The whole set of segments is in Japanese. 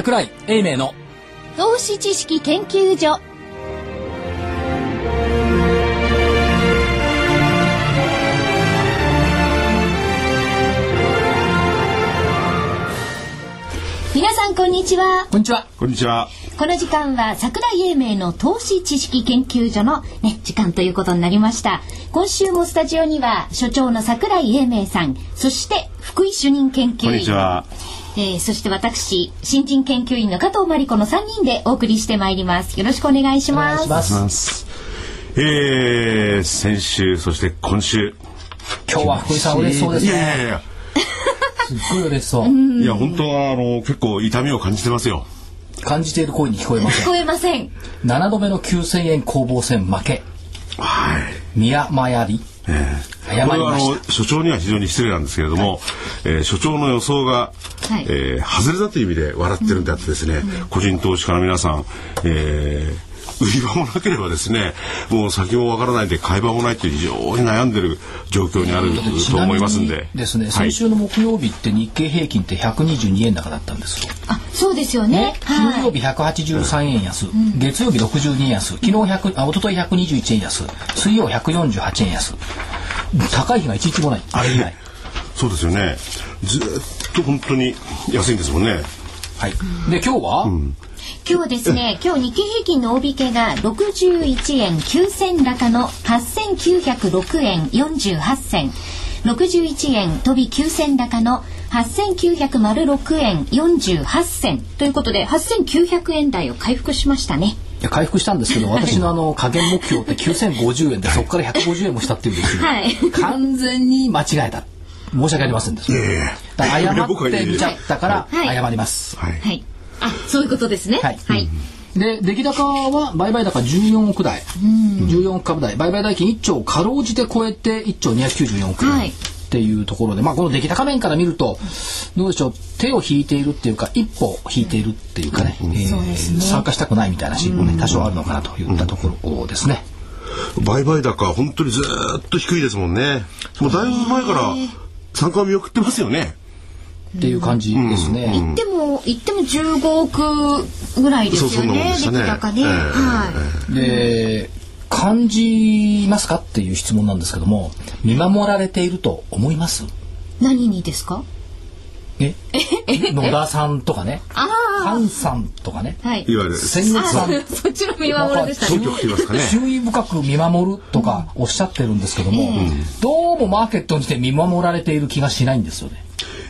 櫻井英明の投資知識研究所。皆さんこんにちは。 こんにちは。 こんにちは。 この時間は櫻井英明の投資知識研究所の、時間ということになりました。今週もスタジオには所長の櫻井英明さん、そして福井主任研究員、 こんにちは。 そして私新人研究員の加藤真理子の3人でお送りしてまいります。よろしくお願いします。 お願いします。 先週そして今週、 今日は福井さん嬉しそうですね。 いやすっごい嬉しそう。 いや本当は結構痛みを感じてますよ。 感じている声に聞こえません。 聞こえません。 7度目の9000円攻防戦負け。 はい。 宮間やり。謝りました。 これは所長には非常に失礼なんですけれども、所長の予想が、外れたという意味で笑ってるんであってですね、個人投資家の皆さん、売り場もなければですね、もう先もわからないで買い場もないという非常に悩んでる状況にあると思いますんで。 ですね、先週の木曜日って日経平均って122円高だったんですよ。 あ、そうですよね。 金曜日183円安、月曜日62円安、一昨日121円安、水曜148円安。高い日が一日もない。あれ以来。 そうですよね。ずっと本当に安いんですもんね。 はい。で今日は、 今日はですね、今日日経平均の大引けが61円9銭高の8906円48銭、61円飛び9銭高の8906円48銭ということで8900円台を回復しましたね。 いや回復したんですけど、私の加減目標って9050円で、そこから150円もしたっていうんですよ、完全に間違えた。申し訳ありませんでした。謝ってみちゃったから謝ります。 はい。あ、そういうことですね。はい。 で出来高は売買高14億台、14億株台、売買代金1兆をかろうじて超えて1兆294億円、っていうところで、この出来高面から見るとどうでしょう、手を引いているっていうか一歩引いているっていうかね、参加したくないみたいなシーンもね、多少あるのかなといったところですね。 売買高本当にずっと低いですもんね。もうだいぶ前から参加を見送ってますよね。 っていう感じですね。 言っても15億ぐらいですよね。出来高ね。 で感じますかっていう質問なんですけども、見守られていると思います？ 何にですか？ 野田さんとかね、菅さんとかね、 いわゆる戦国さん、 そっちの見守りでしたね。 注意深く見守るとかおっしゃってるんですけども、どうもマーケットにして見守られている気がしないんですよね。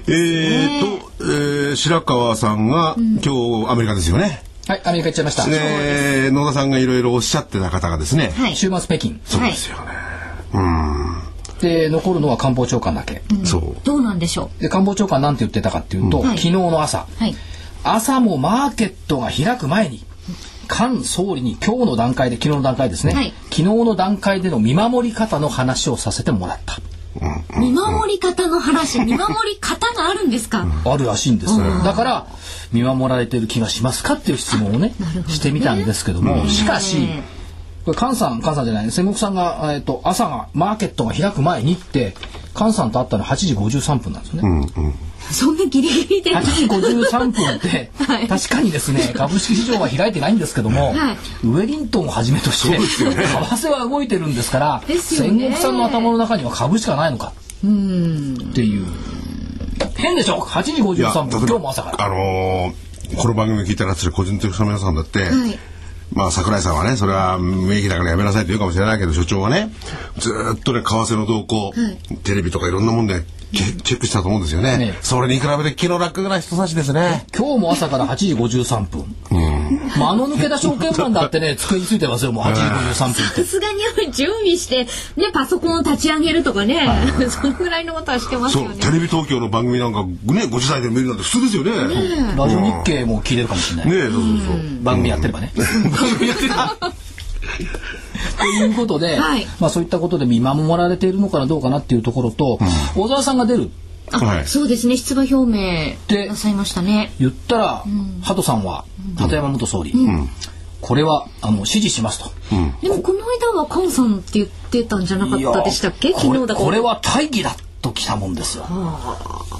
白川さんが今日アメリカですよね。 はい、アメリカ行っちゃいました。 野田さんがいろいろおっしゃってた方がですね、 週末北京。 そうですよね。 で残るのは官房長官だけ。 どうなんでしょう。 で官房長官なんて言ってたかっていうと、昨日の朝、朝もマーケットが開く前に菅総理に今日の段階で、昨日の段階ですね、昨日の段階での見守り方の話をさせてもらった。 見守り方の話、見守り方があるんですか？ あるらしいんですよ。だから見守られている気がしますかっていう質問をね、してみたんですけども、しかしこれ菅さんじゃない、戦国さんが、朝がマーケットが開く前にって菅さんと会ったの8時53分なんですよね。 そんなギリギリで 8時53分って確かにですね、株式市場は開いてないんですけども、ウェリントンをはじめとして為替は動いてるんですから、戦国さんの頭の中には株しかないのかっていう。変でしょ。8時53分、今日も朝から。 この番組を聞いてらっしゃる個人投資家の皆さんだって、櫻井さんはね、それは名義だからやめなさいと言うかもしれないけど、所長はね、ずっとね、為替の動向、テレビとかいろんなもんでチェックしたと思うんですよね。それに比べて気の楽な人差しですね。 今日も朝から8時53分。間の抜けた証券マンだってね、机についてますよ、もう8時53分って。 さすがに準備してね、パソコンを立ち上げるとかね、そのぐらいのことはしてますよね。 テレビ東京の番組なんかね、5時台で見るなんて普通ですよね。 ラジオ日経も聞いてるかもしれない。番組やってればね。番組やってれば。ということで、そういったことで見守られているのかなどうかなっていうところと、小沢さんが出る。 そうですね、出馬表明なさいましたね。 言ったら、鳩さんは、鳩山元総理、これは支持しますと。 でもこの間は菅さんって言ってたんじゃなかったでしたっけ？昨日だから。 これは大義だときたもんですよ。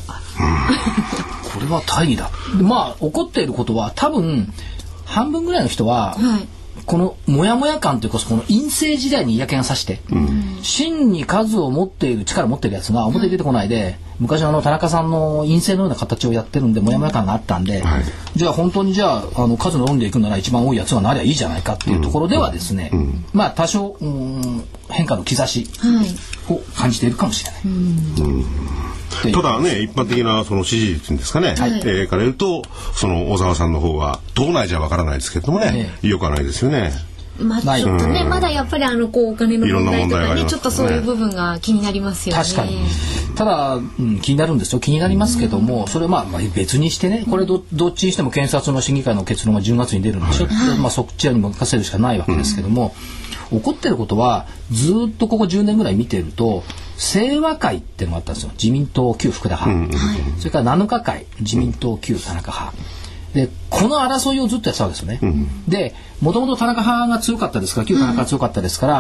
これは大義だ。まあ起こっていることは多分半分ぐらいの人は、このモヤモヤ感というかこの陰性時代に嫌気がさして、真に数を持っている力を持っているやつが表に出てこないで、昔田中さんの陰性のような形をやってるんでモヤモヤ感があったんで、じゃあ本当に数の論でいくなら一番多いやつがなりゃいいじゃないかっていうところではですね、まあ多少変化の兆しを感じているかもしれない。 ただね、一般的なその支持率ですかね、から言うとその小沢さんの方は党内じゃわからないですけれどもね、意欲はないですよね。 まあちょっとね、まだやっぱりお金の問題とかね、ちょっとそういう部分が気になりますよね。 確かに。ただ、気になるんですよ。気になりますけども、それまあ別にしてね、これどっちにしても検察の審議会の結論が10月に出るんでしょ。まあそっちに任せるしかないわけですけども、起こってることはずっとここ10年ぐらい見てると、清和会っていうのがあったんですよ。自民党旧福田派、それから7日会自民党旧田中派で、この争いをずっとやってたわけですよね。で、もともと田中派が強かったですから、旧田中が強かったですから、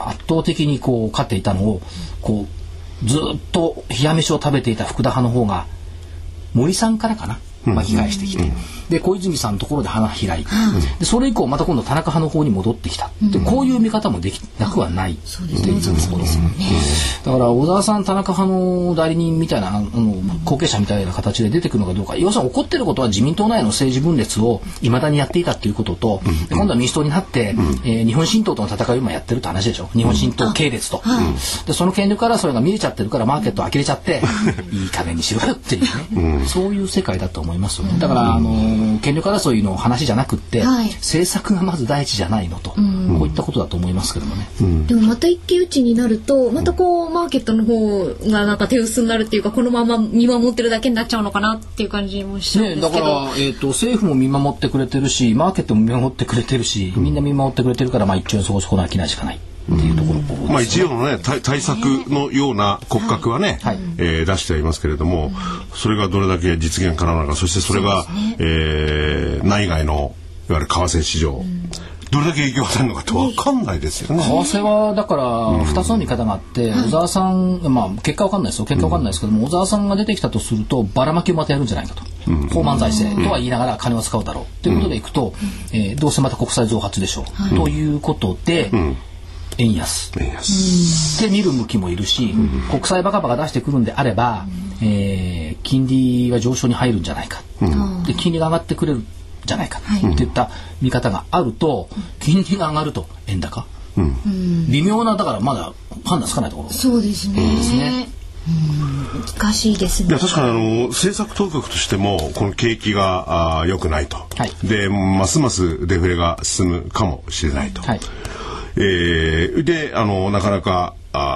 圧倒的にこう勝っていたのをずっと冷や飯を食べていた福田派の方が森さんからかな、巻き返してきて、で小泉さんのところで花開いて、でそれ以降また今度田中派の方に戻ってきた、でこういう見方もできなくはないっていうところですよね。だから小沢さん田中派の代理人みたいな後継者みたいな形で出てくるのかどうか、要するに起こっていることは自民党内の政治分裂をいまだにやっていたということと、今度は民主党になって、日本新党との戦いを今やってるって話でしょ。日本新党系列と、でその権力からそれが見えちゃってるからマーケットを呆れちゃっていい加減にしろよっていうね、そういう世界だと思いますよね。だから権力争いの話じゃなくって、政策がまず第一じゃないのと、こういったことだと思いますけどもね。 でもまた一騎打ちになるとまたマーケットの方がなんか手薄になるっていうか、このまま見守ってるだけになっちゃうのかなっていう感じもしちゃうんですけど、 だから、政府も見守ってくれてるし、マーケットも見守ってくれてるし、みんな見守ってくれてるから、1兆円そこそこの商いしかないっていうところですね。 まあ一応のね対策のような骨格はね、出してはいますけれども、それがどれだけ実現可能なのか、そしてそれが、内外のいわゆる為替市場、どれだけ影響を与えるのかって分かんないですよね。 為替はだから2つの見方があって、小沢さん、結果分かんないですよ。結果分かんないですけども、小沢さんが出てきたとするとばらまきをまたやるんじゃないかと、放満財政とは言いながら金は使うだろうということでいくと、どうせまた国債増発でしょう、ということで、円安で見る向きもいるし、国債バカバカ出してくるんであれば、金利は上昇に入るんじゃないか、で金利が上がってくれるじゃないかといった見方があると、金利が上がると円高、微妙な、だからまだ判断つかないところ。 そうですね。難しいですね。 いや確かに政策当局としてもこの景気が良くないと、でますますデフレが進むかもしれないと、でなかなか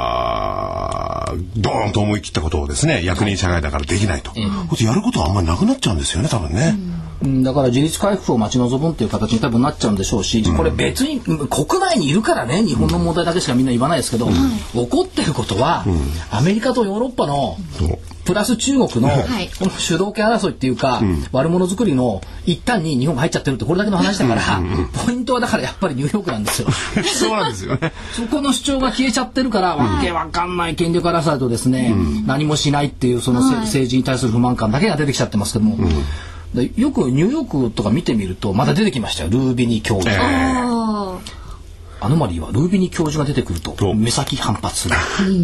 ドーンと思い切ったことをですね、役人社会だからできないと、やることはあんまりなくなっちゃうんですよね、多分ね。 だから自立回復を待ち望むっていう形に多分なっちゃうんでしょうし、これ別に国内にいるからね、日本の問題だけしかみんな言わないですけど、起こってることは、アメリカとヨーロッパのプラス中国のこの主導権争いっていうか、悪者作りの一端に日本が入っちゃってるって、これだけの話だから、ポイントはだからやっぱりニューヨークなんですよ。 そうなんですよね。 そこの主張が消えちゃってるから、わけわかんない権力争いとですね、何もしないっていうその政治に対する不満感だけが出てきちゃってますけども、よくニューヨークとか見てみるとまだ出てきましたよ、ルービニ教授。アノマリーはルービニ教授が出てくると目先反発する。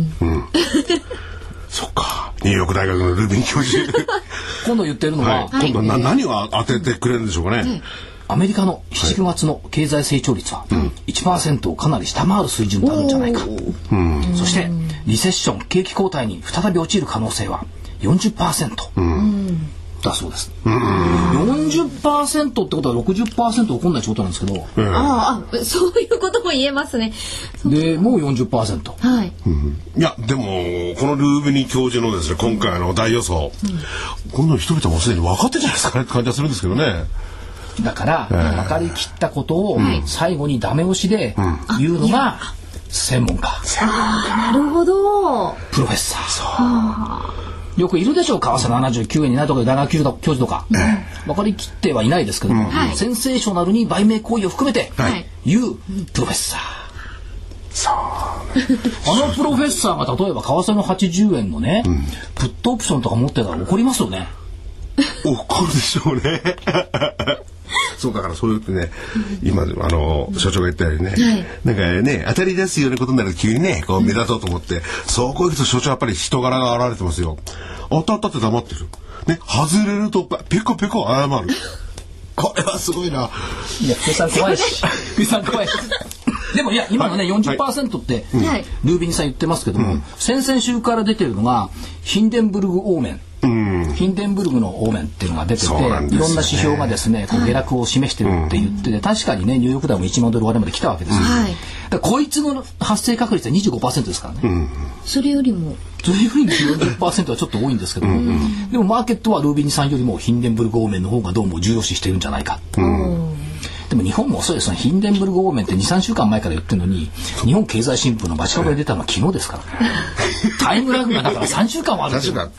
そっか、ニューヨーク大学のルービニ教授今度言ってるのは、 今度何を当ててくれるんでしょうかね。 アメリカの7、9月の経済成長率は 1% をかなり下回る水準であるんじゃないか。そしてリセッション、景気後退に再び落ちる可能性は 40%、だそうです。40% ってことは 60% 起こんないってことなんですけど、 そういうことも言えますね。 でもう 40%、 いやでもこのルービニ教授のですね、今回の大予想、こんなの人々もすでに分かってるんじゃないですかねって感じはするんですけどね。 だから分かりきったことを最後にダメ押しで言うのが専門家、 なるほど、 プロフェッサー。よくいるでしょう、為替79円になるとか大学教授とか、分かりきってはいないですけども、センセーショナルに売名行為を含めて言うプロフェッサー。 そうプロフェッサーが例えば為替の80円のね、プットオプションとか持ってたら怒りますよね。 怒るでしょうね。そうだからそういうってね、今所長が言ったようにね、なんかね当たり出すようなことになると急にねこう目立とうと思って、そうこういうと所長やっぱり人柄が現れてますよ。当たったって黙ってる。ね、外れるとペコペコ謝る。これはすごいな。 いや、福井さん怖いし。福井さん怖いし。でもいや、今のね、40% って、ルービンさん言ってますけども、先々週から出てるのが、ヒンデンブルグオーメン。ヒンデンブルグのオーメンっていうのが出てて、いろんな指標がですね、こう下落を示してるって言ってて、確かにね、ニューヨークダウも1万ドル割れまで来たわけですよ。だからこいつの発生確率は 25% ですからね。 それよりも 40% はちょっと多いんですけども、でもマーケットはルービンさんよりもヒンデンブルグオーメンの方がどうも重要視してるんじゃないか。でも日本も遅いですね。ヒンデンブルグオーメンって 2,3 週間前から言ってるのに、日本経済新聞の街角で出たのは昨日ですからね。タイムラグがだから3週間もあるんですよ。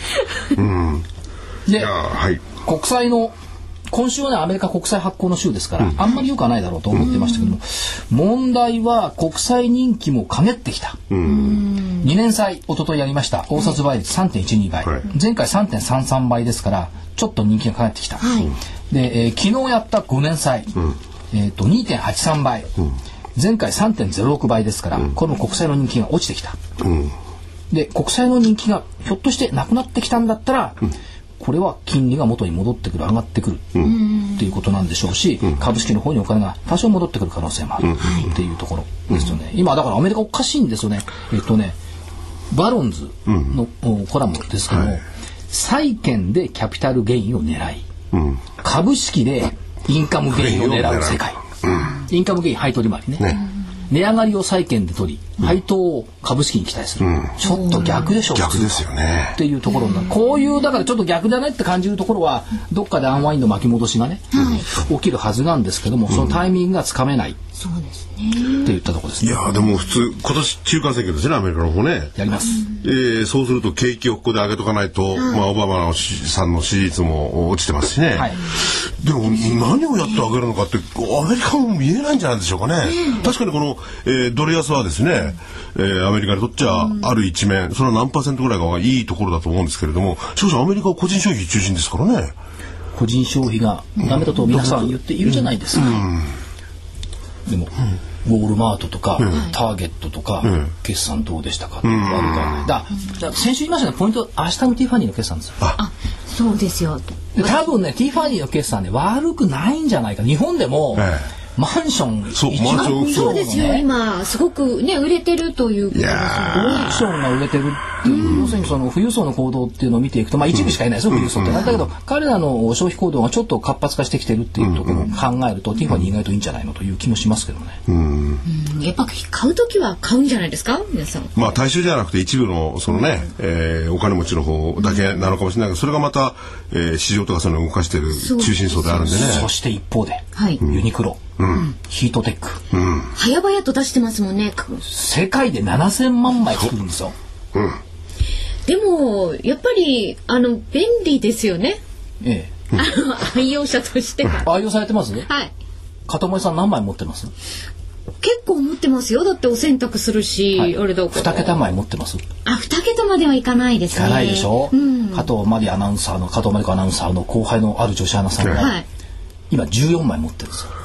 で、国債の今週はねアメリカ国債発行の週ですから、あんまり良くはないだろうと思ってましたけども、問題は国債人気も陰ってきた。2年債一昨日やりました。大札倍率 3.12 倍、前回 3.33 倍ですからちょっと人気が陰ってきた。で、昨日やった5年債、2.83 倍、前回 3.06 倍ですから、この国債の人気が落ちてきた。で、国債の人気がひょっとしてなくなってきたんだったら、これは金利が元に戻ってくる、上がってくるっていうことなんでしょうし、株式の方にお金が多少戻ってくる可能性もあるっていうところですよね。今だからアメリカおかしいんですよね。バロンズのコラムですけども、債券でキャピタルゲインを狙い、株式でインカムゲインを狙う世界。インカムゲイン配当利回りね。値上がりを債券で取り、配当を株式に期待する。ちょっと逆でしょ。 逆ですよね。 っていうところだ。こういうだからちょっと逆だねって感じるところはどっかでアンワインド巻き戻しがね、起きるはずなんですけども、そのタイミングがつかめない。 そうですね。 って言ったところですね。 いやでも普通今年中間選挙ですね、アメリカの方ね。 やります。 そうすると景気をここで上げとかないと、オバマさんの支持率も落ちてますしね。でも何をやって上げるのかってアメリカも見えないんじゃないでしょうかね。確かにこの、ドル安はですね、アメリカにとっちゃある一面、それは何%ぐらいがいいところだと思うんですけれども、しかしアメリカは個人消費中心ですからね。 個人消費がダメだと皆さん言っているじゃないですか。でも、ウォールマートとか、ターゲットとか、決算どうでしたかって言われたら、先週言いましたね、ポイント、明日のティファニーの決算ですよ。 そうですよ。 多分ね、ティファニーの決算ね、悪くないんじゃないか。日本でも、マンションそうですよ。今すごくね売れてるということですよ。オークションが売れてるっていう、要するにその富裕層の行動っていうのを見ていくと、一部しかいないですよ、富裕層って。だけど彼らの消費行動がちょっと活発化してきてるっていうところを考えると、ティファニー意外といいんじゃないのという気もしますけどね。 やっぱ買うときは買うんじゃないですか、皆さん。 大衆じゃなくて一部のそのね、お金持ちの方だけなのかもしれないけど、それがまた、市場とかそういうのを動かしている中心層であるんでね。 そして一方で、ユニクロ、ヒートテック、 早々と出してますもんね。 世界で7000万枚作るんですよ。 でもやっぱり便利ですよね。愛用者としては。 愛用されてますね。片森さん何枚持ってます？ 結構持ってますよ。だってお洗濯するし、あれだ。 2桁枚持ってます？ 2桁まではいかないですね。 いかないでしょ。加藤真理アナウンサーの加藤真理子アナウンサーの後輩のある女子アナさんが今14枚持ってるんですよ。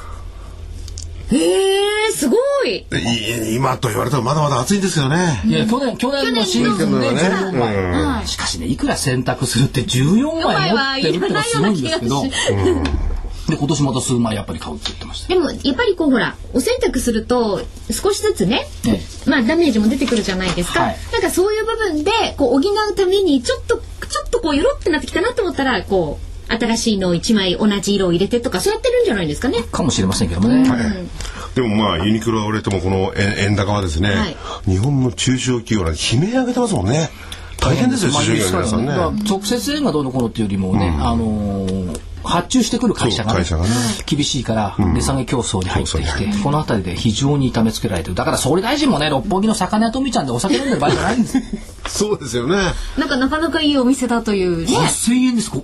すごい。 今と言われたらまだまだ暑いんですよね。 いや去年のシーズンで14枚。しかしね、いくら洗濯するって14枚持ってるってのはすごいんですけど。で今年また数枚やっぱり買うって言ってました。 でもやっぱりこうほらお洗濯すると少しずつね、ダメージも出てくるじゃないですか。なんかそういう部分でこう補うためにちょっとこうゆろってなってきたなと思ったらこう新しいのを1枚同じ色を入れてとかそうやってるんじゃないですかね。 かもしれませんけどもね。 でもユニクロは売れてもこの円高はですね、日本の中小企業が悲鳴上げてますもんね。大変ですよ、中小企業の皆さんね。 直接円がどうのこうのっていうよりもね、発注してくる会社が厳しいから値下げ競争に入ってきて、この辺りで非常に痛めつけられてる。だから総理大臣もね、六本木の魚屋とみちゃんでお酒飲んでる場合じゃないんですそうですよね。 なかなかいいお店だというね。 8000円ですこ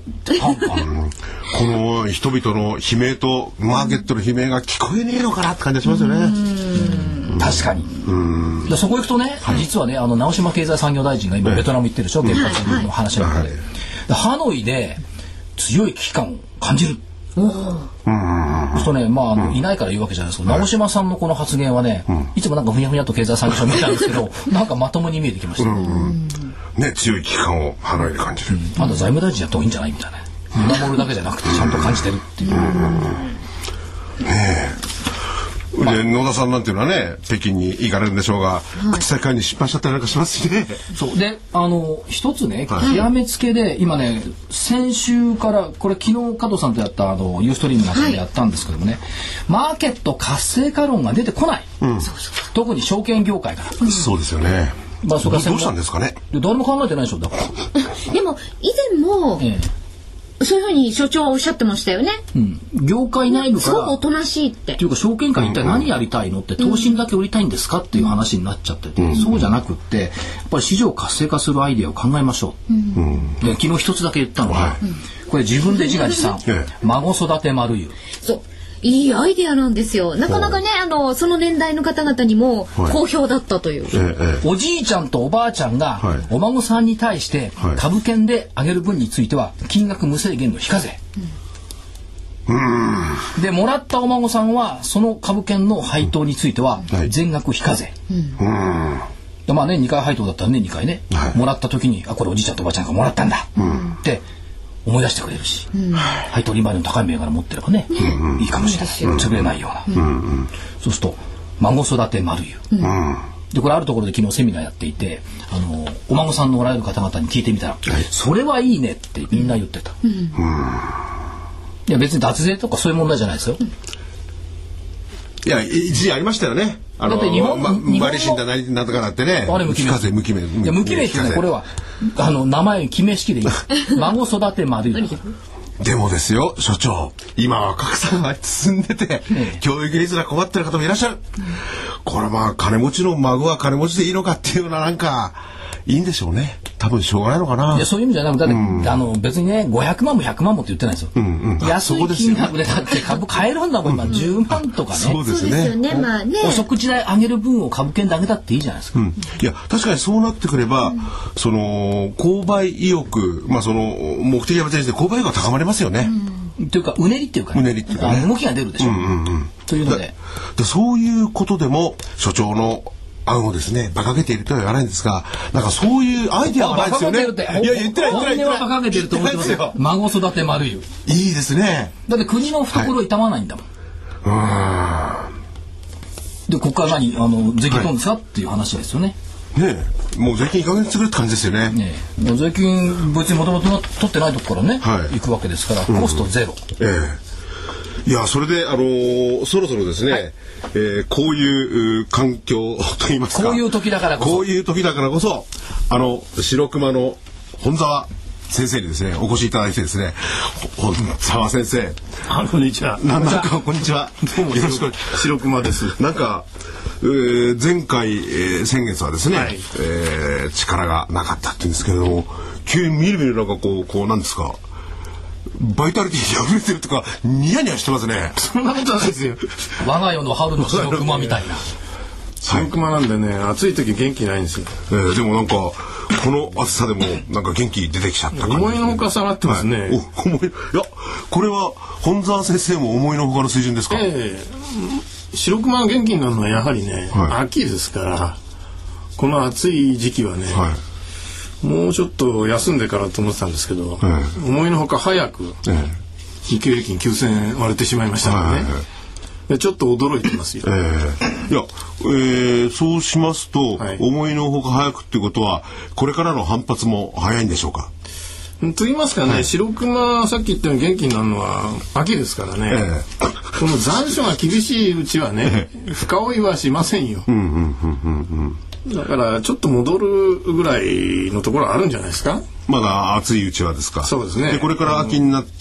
の人々の悲鳴とマーケットの悲鳴が聞こえねえのかなって感じがしますよね。 確かに。でそこ行くとね、実はね直島経済産業大臣が今ベトナム行ってるでしょ、原発の話の中で。ハノイで強い危機感を感じる。そうするとね、いないから言うわけじゃないですけど、直島さんのこの発言はね、いつもなんかふにゃふにゃと経済産業省見たんですけど、なんかまともに見えてきました。 ね、強い危機感をハノイで感じる。 あんた財務大臣やった方がいいんじゃないみたいな。見守るだけじゃなくてちゃんと感じてるっていう。 で野田さんなんていうのはね北京に行かれるんでしょうが、口先会に失敗しちゃったりなんかしますしね。 そうで一つね極めつけで今ね先週からこれ昨日加藤さんとやったユーストリームなんかでやったんですけどもね、マーケット活性化論が出てこない、特に証券業界から、 そうですよね。それどうしたんですかね。 誰も考えてないでしょだからでも以前も、そういうふうに所長はおっしゃってましたよね。 業界内部からすごくおとなしいっていうか証券会一体何やりたいのって、投信だけ売りたいんですかっていう話になっちゃってて、そうじゃなくってやっぱり市場を活性化するアイデアを考えましょう。で昨日一つだけ言ったのは、これ自分で自画自賛、孫育て丸湯。 そういいアイデアなんですよ。なかなかねその年代の方々にも好評だったという、 おじいちゃんとおばあちゃんがお孫さんに対して株券であげる分については金額無制限の非課税、でもらったお孫さんはその株券の配当については全額非課税、で年2回配当だったら年2回ね、もらった時にこれおじいちゃんとおばあちゃんがもらったんだって思い出してくれるし、配当利回りの高い銘柄持ってればね、いいかもしれない、潰れないような、そうすると孫育て丸湯、でこれあるところで昨日セミナーやっていてお孫さんのおられる方々に聞いてみたら、それはいいねってみんな言ってた、いや別に脱税とかそういう問題じゃないですよ。 いや一時ありましたよね。 だって日本マリシンだなんとかなってね。 あれ無記名。 無記名。 いや無記名ってねこれは名前決め式でいい。孫育て丸湯。 でもですよ所長、今は格差が進んでて、教育にすら困ってる方もいらっしゃる。これ金持ちの孫は金持ちでいいのかっていうようななんかいいんでしょうね。多分しょうがないのかな。 いやそういう意味じゃなくて、だって別にね500万も100万もって言ってないですよ。安い金額でだって株買えるんだもん今10万とかね。 そうですよね。 お食事代上げる分を株券で上げたっていいじゃないですか。 いや確かにそうなってくれば、その購買意欲、その目的は別にして購買意欲が高まりますよね。 というかうねりっていうか、動きが出るでしょ。というのでそういうことでも所長の案をですね馬鹿げているとは言わないんですが、なんかそういうアイデアがないですよね。いや言ってない。 本音は馬鹿げてると思ってますよ。孫育て丸湯。 いいですね。 だって国の懐を痛まないんだもん。でここから税金取るんですかっていう話ですよね。 もう税金いい加減にするって感じですよね。 税金別にもともと取ってないとこからね、行くわけですからコストゼロ。 いやそれでそろそろですね、こういう環境といいますか、 こういう時だからこそ白熊の本沢先生にですねお越しいただいてですね、本沢先生こんにちは。 こんにちは。 どうもよろしく。白熊です。 なんか前回、先月はですね、力がなかったって言うんですけれども、急にみるみるなんかこうなんですか、バイタリティに溢れてるとかニヤニヤしてますね。 そんなことないですよ。 我が世の春の白熊みたいな。 白熊なんでね、暑い時元気ないんですよ。 でもなんかこの暑さでもなんか元気出てきちゃった感じ。 思いのほか下がってますね。 いやこれは本沢先生も思いのほかの水準ですか。 白熊が元気になるのはやはりね、秋ですからこの暑い時期はね、もうちょっと休んでからと思ってたんですけど、思いのほか早く日経平均9000円割れてしまいましたのでね、ちょっと驚いてますよ。 いや、そうしますと、思いのほか早くっていうことはこれからの反発も早いんでしょうか。 と言いますかね、白熊さっき言ったように元気になるのは秋ですからね、この残暑が厳しいうちはね深追いはしませんよ。だからちょっと戻るぐらいのところあるんじゃないですか。 まだ暑いうちはですか。 そうですね。 でこれから秋になって、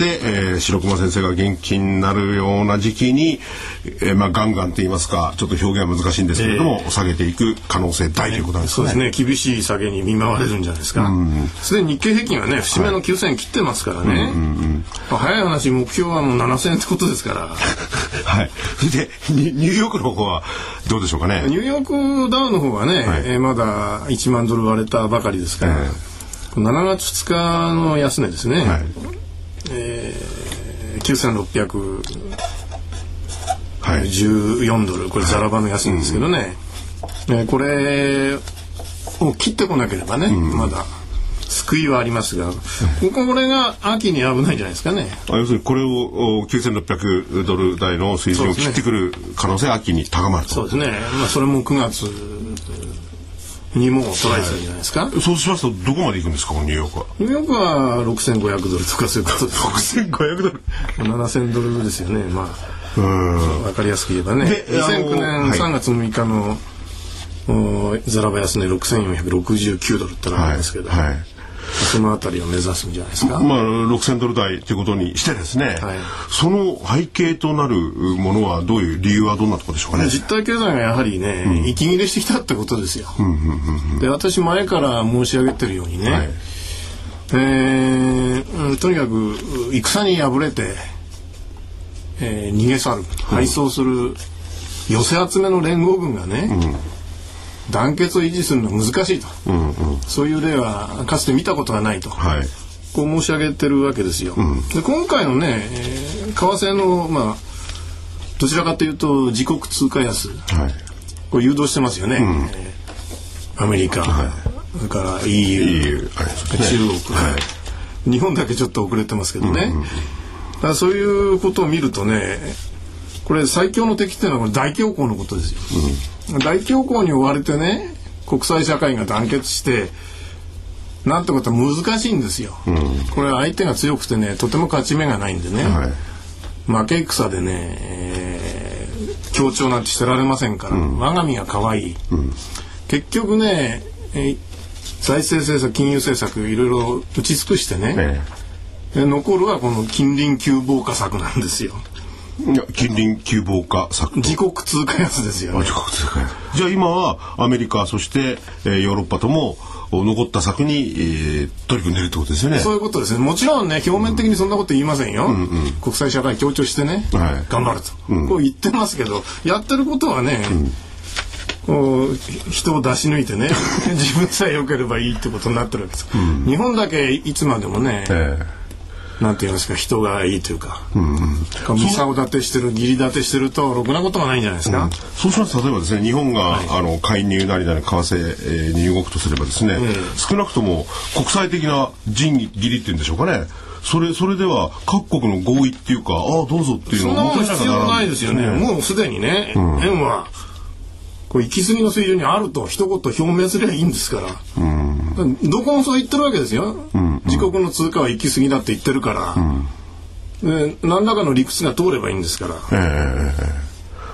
白熊先生が元気になるような時期に、ガンガンと言いますか、ちょっと表現は難しいんですけれども、下げていく可能性大ということなんですね。 そうですね。厳しい下げに見舞われるんじゃないですか。すでに日経平均はね、節目の9000円切ってますからね。早い話、目標はもう7000円ってことですから。 はい。それでニューヨークの方はどうでしょうかね。 ニューヨークダウの方はね、まだ1万ドル割れたばかりですから。7月2日の安値ですね、9614ドル、これザラバの安値ですけどね、これを切ってこなければね、まだ救いはありますが、これが秋に危ないんじゃないですかね。 要するにこれを9600ドル台の水準を切ってくる可能性は秋に高まると。 そうですね。それも9月にもトライするんじゃないですか。 そうしますとどこまで行くんですか、ニューヨークは。 ニューヨークは6500ドルとかそういうことです。 6500ドル 7000ドルですよね。わかりやすく言えばね。2009年3月6日のザラバ安値6469ドルってのあるんですけど、そのあたりを目指すんじゃないですか。 6000ドル台ということにしてですね、その背景となるものはどういう理由はどんなところでしょうかね。 実体経済がやはりね、息切れしてきたってことですよ。で、私前から申し上げてるようにね、とにかく戦に敗れて、逃げ去る、敗走する寄せ集めの連合軍がね、団結を維持するのは難しいと、そういう例はかつて見たことがないと、こう申し上げてるわけですよ。で今回のね、為替のどちらかというと自国通貨安、これ誘導してますよね、アメリカ、それから EU、中国、日本だけちょっと遅れてますけどね、だからそういうことを見るとね、これ最強の敵っていうのはこれ大恐慌のことですよ。大恐慌に追われてね、国際社会が団結してなんてことは難しいんですよ。これ相手が強くてね、とても勝ち目がないんでね、負け戦でね、協調なんてしてられませんから、我が身が可愛い、結局ね、財政政策、金融政策いろいろ打ち尽くしてね、残るはこの近隣急防火策なんですよ。 いや、近隣急防火策、 自国通貨安ですよね。 自国通貨安。じゃあ今はアメリカ、そして、ヨーロッパとも残った策に、取り組んでいるってことですよね。 そういうことですね。もちろんね、表面的にそんなこと言いませんよ。国際社会協調してね、頑張ると、こう言ってますけど、やってることはね、こう人を出し抜いてね自分さえ良ければいいってことになってるわけです。日本だけいつまでもね、なんて言いますか、人がいいというか、むさを立てしてる、義理立てしてるとろくなことがないんじゃないですか。 そうしますと、例えばですね、日本が、介入なりなり為替、に動くとすればですね、少なくとも国際的な義理っていうんでしょうかね、それでは各国の合意っていうか、どうぞっていうのをそんなもん必要ないですよね。もうすでにね、円はこう行き過ぎの水準にあると一言表明すればいいんですから、どこもそう言ってるわけですよ。自国の通貨は行き過ぎだって言ってるから、で何らかの理屈が通ればいいんですから、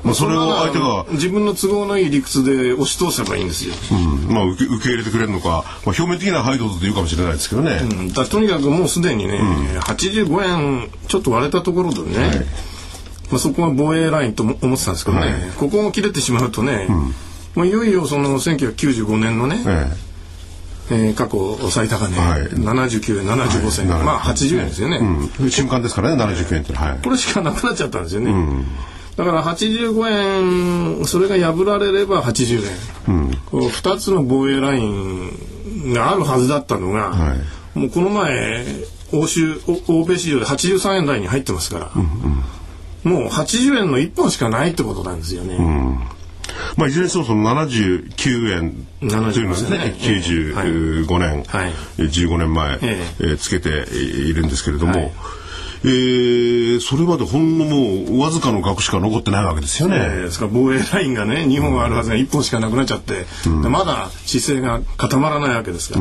それを相手が自分の都合のいい理屈で押し通せばいいんですよ。 受け入れてくれるのか、表面的なはいどうぞと言うかもしれないですけどね。 とにかくもうすでにね、85円ちょっと割れたところでね、そこは防衛ラインと思ってたんですけどね、ここが切れてしまうとね、もういよいよその1995年のね、過去最高値、79円75銭、80円ですよね。 瞬間ですからね、79円って、 これしかなくなっちゃったんですよね。だから85円、それが破られれば80円、こう2つの防衛ラインがあるはずだったのが、もうこの前欧米市場で83円台に入ってますから、もう80円の1本しかないってことなんですよね。 いずれにしてもその79円というのはですね、95年、15年前、つけているんですけれども、それまでほんのもうわずかの額しか残ってないわけですよね。 ですから防衛ラインがね、2本あるはずが1本しかなくなっちゃって、まだ姿勢が固まらないわけですから、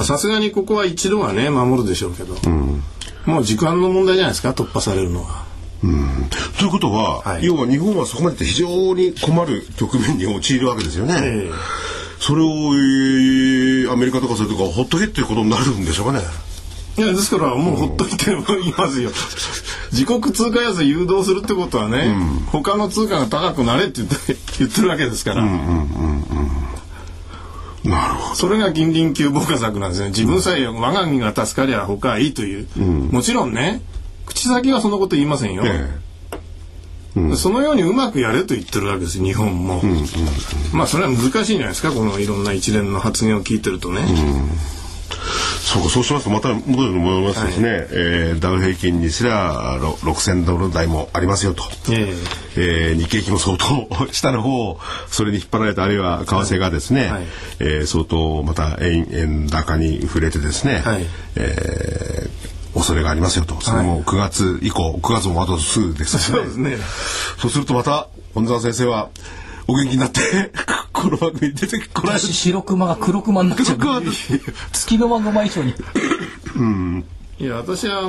さすがにここは一度はね守るでしょうけど、もう時間の問題じゃないですか、突破されるのは。 ということは、要は日本はそこまで非常に困る局面に陥るわけですよね。それをアメリカとかそういうとこほっとけっていうことになるんでしょうかね。 いやですからもうほっといてもいますよ。自国通貨安誘導するってことはね、他の通貨が高くなれって言ってるわけですから。 なるほど。 それが近隣急防火策なんですね。自分さえ我が身が助かりゃ他はいいという、もちろんね口先はそんなこと言いませんよ、そのようにうまくやれと言ってるわけです日本も、まあそれは難しいんじゃないですか、このいろんな一連の発言を聞いてるとね、 そうしますとまた戻りますとですね、ダウ平均にすら6000ドル台もありますよと、日経平均も相当下の方それに引っ張られた、あるいは為替がですね、相当また円高に触れてですね、恐れがありますよと。それも9月以降、9月もあとすぐですね。 そうですね。 そうするとまた本沢先生はお元気になってこの番組に出てこない。 私白熊が黒熊になっちゃう。月のマグマ以上に。 いや私は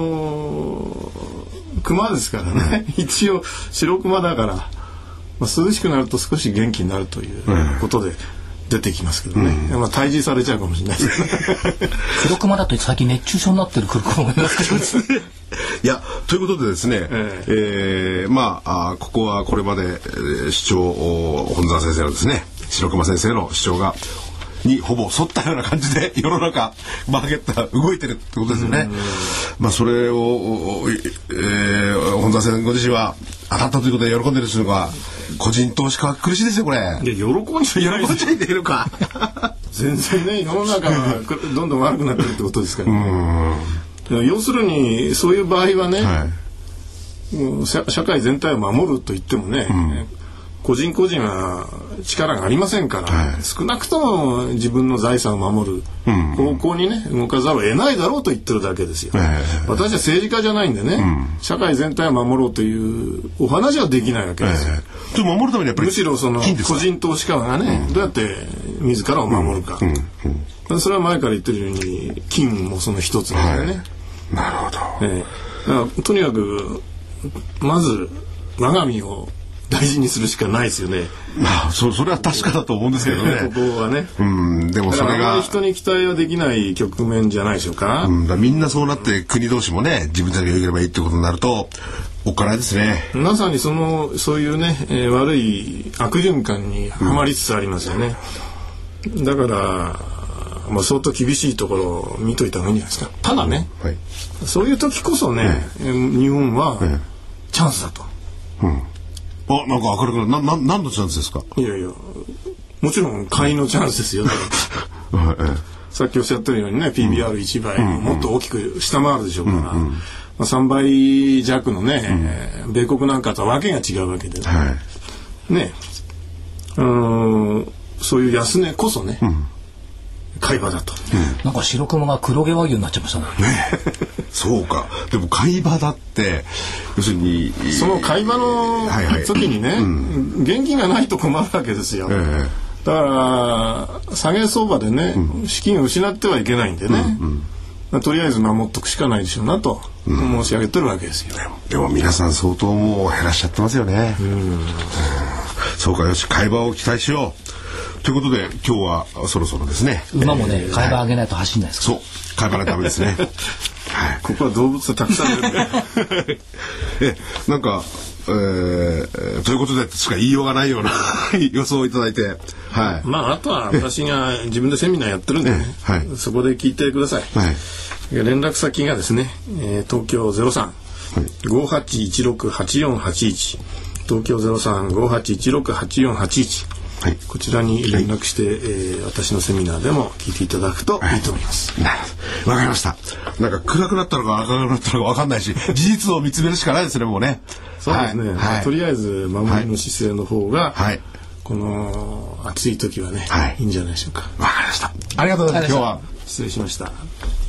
熊ですからね。一応白熊だから、涼しくなると少し元気になるということで。出てきますけどね、退治されちゃうかもしれないですね。 黒熊だと最近熱中症になってる黒熊もいますけどですね。 いやということでですね、ここはこれまで主張本沢先生のですね白熊先生の主張にほぼ沿ったような感じで世の中マーケットが動いてるってことですよね。それを、本沢先生ご自身は当たったということで喜んでる人が個人投資家は苦しいですよこれ。いや喜んじゃいているか。全然ね世の中がどんどん悪くなってるってことですからね。要するにそういう場合はね、もう社会全体を守ると言ってもね、個人個人は力がありませんから、少なくとも自分の財産を守る方向にね動かざるを得ないだろうと言ってるだけですよ。私は政治家じゃないんでね、社会全体を守ろうというお話はできないわけですよ。 守るためにやっぱりむしろその個人投資家がね、どうやって自らを守るか、それは前から言ってるように金もその一つなんだよね。 なるほど。とにかくまず我が身を大事にするしかないですよね。 それは確かだと思うんですけどね。 ここはね。 でもそれが人に期待はできない局面じゃないでしょうか。 みんなそうなって国同士もね自分たちが良ければいいってことになるとおっかないですね。 まさにそういうね、悪い悪循環にはまりつつありますよね。だから相当厳しいところを見といた方がいいんじゃないですか。ただね、そういう時こそね、日本はチャンスだと。 なんか明るく何のチャンスですか。 いやもちろん買いのチャンスですよ。さっきおっしゃったようにね PBR1 倍もっと大きく下回るでしょうから、3倍弱のね、米国なんかとはわけが違うわけでね、そういう安値こそね、買い場だと、 なんか白熊が黒毛和牛になっちゃいましたね。 そうか。でも買い場だって要するにその買い場の時にね、現金がないと困るわけですよ。だから下げ相場でね、資金を失ってはいけないんでね、とりあえず守っとくしかないでしょうなと申し上げてるわけですよ。 でも皆さん相当もう減らしちゃってますよね。そうか、よし買い場を期待しよう。ということで今日はそろそろですね。 馬もね、買い場上げないと走んないですか。 そう、買い場ないとダメですね。 ここは動物たくさんいるんで。 なんか、ということでしか言いようがないような予想をいただいて、 あとは私が自分でセミナーやってるんで、そこで聞いてください。連絡先がですね、東京03-5816-8481 東京 03-5816-8481こちらに連絡して、私のセミナーでも聞いていただくといいと思います。 わかりました。なんか暗くなったのか明るくなったのかわかんないし、事実を見つめるしかないですね、もうね。 そうですね。とりあえず守りの姿勢の方が、この暑い時はね、いいんじゃないでしょうか。 わかりました。ありがとうございます。今日は失礼しました。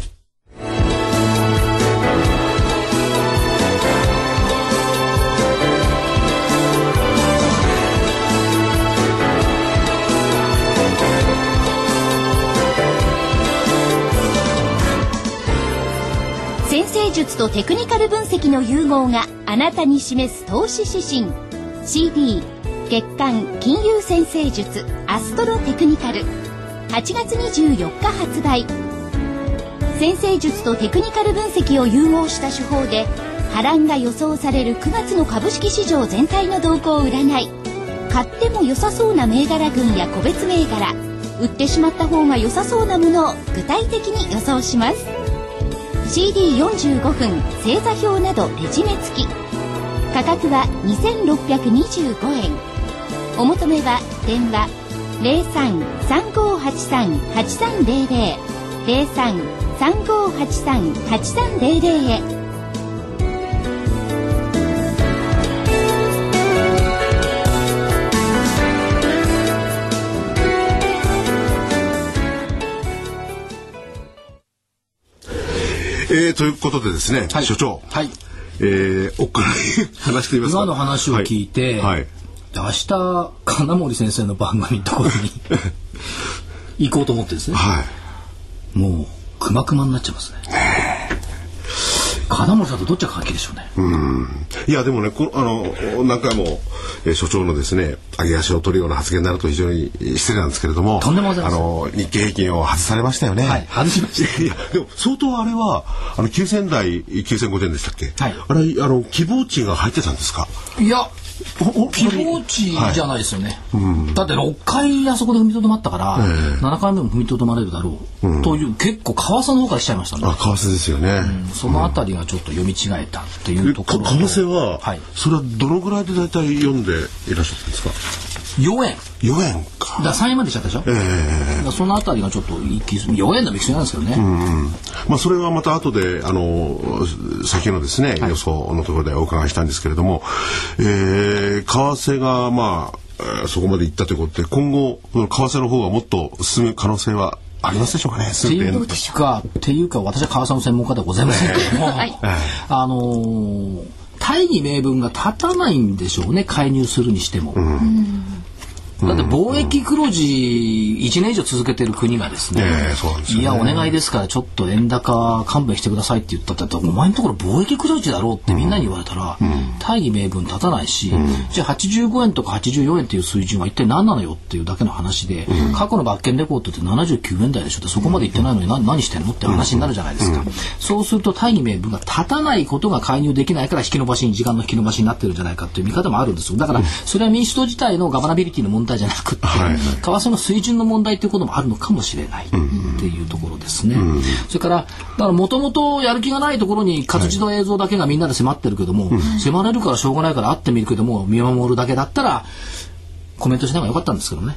先生術とテクニカル分析の融合があなたに示す投資指針 CD 月刊金融先生術アストロテクニカル 8月24日発売。先生術とテクニカル分析を融合した手法で波乱が予想される9月の株式市場全体の動向を占い、買っても良さそうな銘柄群や個別銘柄、売ってしまった方が良さそうなものを具体的に予想します。 CD45 分星座表などレジ目付き。価格は2625円。お求めは電話 03-3583-8300 03-3583-8300 へ。 ということでですね、所長、おっかない話していますか。 今の話を聞いて、明日金森先生の番組のところに行こうと思ってですね、もうくまくまになっちゃいますね。金森さんとどっちが関係でしょうね。 いやでもね、何回も、所長のですね上げ足を取るような発言になると非常に失礼なんですけれども、 とんでもございません。 日経平均を外されましたよね。 外しました。 いやでも相当あれは9000台9005点でしたっけ。あれ希望値が入ってたんですか。 いや希望値じゃないですよね。だって6回あそこで踏みとどまったから、7回目も踏みとどまれるだろう、という結構為替の方からしちゃいましたね。 為替ですよね。 そのあたりがちょっと読み違えたっていうところ。 為替は、それはどのぐらいで大体読んでいらっしゃったんですか。 4円か。 だ3円までしちゃったでしょ。そのあたりがちょっと4円のミキスなんですけどね。 それはまた後で先のですね、予想のところでお伺いしたんですけれども、為替がそこまでいったということで、今後為替の方がもっと進む可能性はありますでしょうかね。 っていうか私は為替の専門家ではございませんけれども、大義名分が立たないんでしょうね、介入するにしても。だって貿易黒字1年以上続けてる国がですね、いやお願いですからちょっと円高勘弁してくださいって言ったって、お前のところ貿易黒字だろうってみんなに言われたら、大義名分立たないし、じゃあ85円とか84円っていう水準は一体何なのよっていうだけの話で、過去の馬券レコードって79円台でしょって、そこまでいってないのに何してんのって話になるじゃないですか。そうすると大義名分が立たないことが介入できないから時間の引き延ばしになってるんじゃないかっていう見方もあるんですよ。だからそれは民主党自体のガバナビリティの問題じゃなくて、為替の水準の問題ということもあるのかもしれないっていうところですね。それからもともとやる気がないところに活字の映像だけがみんなで迫ってるけども、迫れるからしょうがないから会ってみるけども見守るだけだったらコメントしながらよかったんですけどね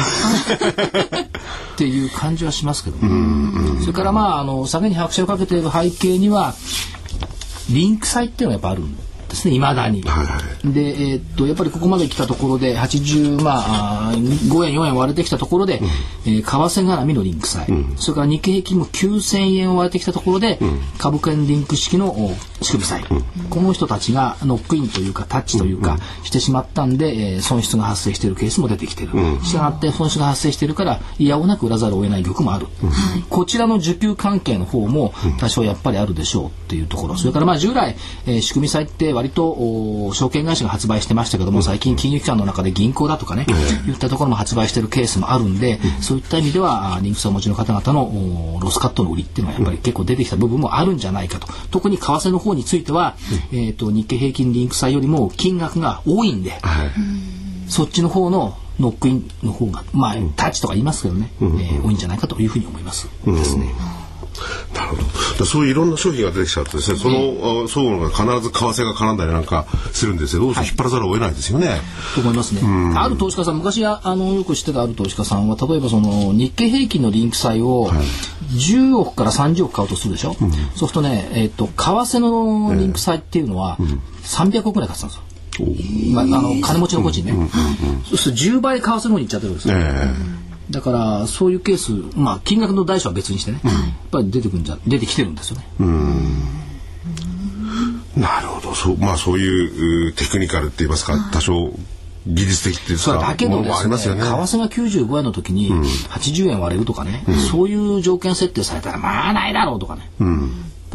っていう感じはしますけども、それから下げに拍車をかけている背景にはリンク債っていうのがやっぱあるんですね、未だに。で、やっぱりここまで来たところで5円4円割れてきたところで、為替絡みのリンク債、それから日経平均も9000円を割れてきたところで、株券リンク式の仕組み債、この人たちがノックインというかタッチというかしてしまったんで、損失が発生しているケースも出てきている。したがって損失が発生しているからいやおなく売らざるを得ない玉もある。こちらの需給関係の方も多少やっぱりあるでしょうっていうところ。それから従来、仕組み債って割と証券会社が発売してましたけども、最近金融機関の中で銀行だとかね、いったところも発売しているケースもあるんで、そういった意味ではリンク債をお持ちの方々のロスカットの売りっていうのはやっぱり結構出てきた部分もあるんじゃないかと。特に為替の方については、日経平均リンク債よりも金額が多いんで、そっちの方のノックインの方がタッチとか言いますけどね、多いんじゃないかというふうに思いますですね。 なるほど。そういういろんな商品が出てきちゃってですね、その相互が必ず為替が絡んだりなんかするんですけど、どうせ引っ張らざるを得ないですよね。 と思いますね。ある投資家さん、昔よく知ってたある投資家さんは、例えばその日経平均のリンク債を10億から30億買うとするでしょ。そうするとね、為替のリンク債っていうのは300億ぐらい買ってたんですよ。金持ちの個人ね。そうすると10倍為替の方に行っちゃってるんですよ。だからそういうケース、金額の大小は別にしてね、やっぱり出てきてるんですよね。 なるほど。そういうテクニカルって言いますか、多少技術的っていうかものもありますよね。 為替が95円の時に80円割れるとかね、そういう条件設定されたらないだろうとかね。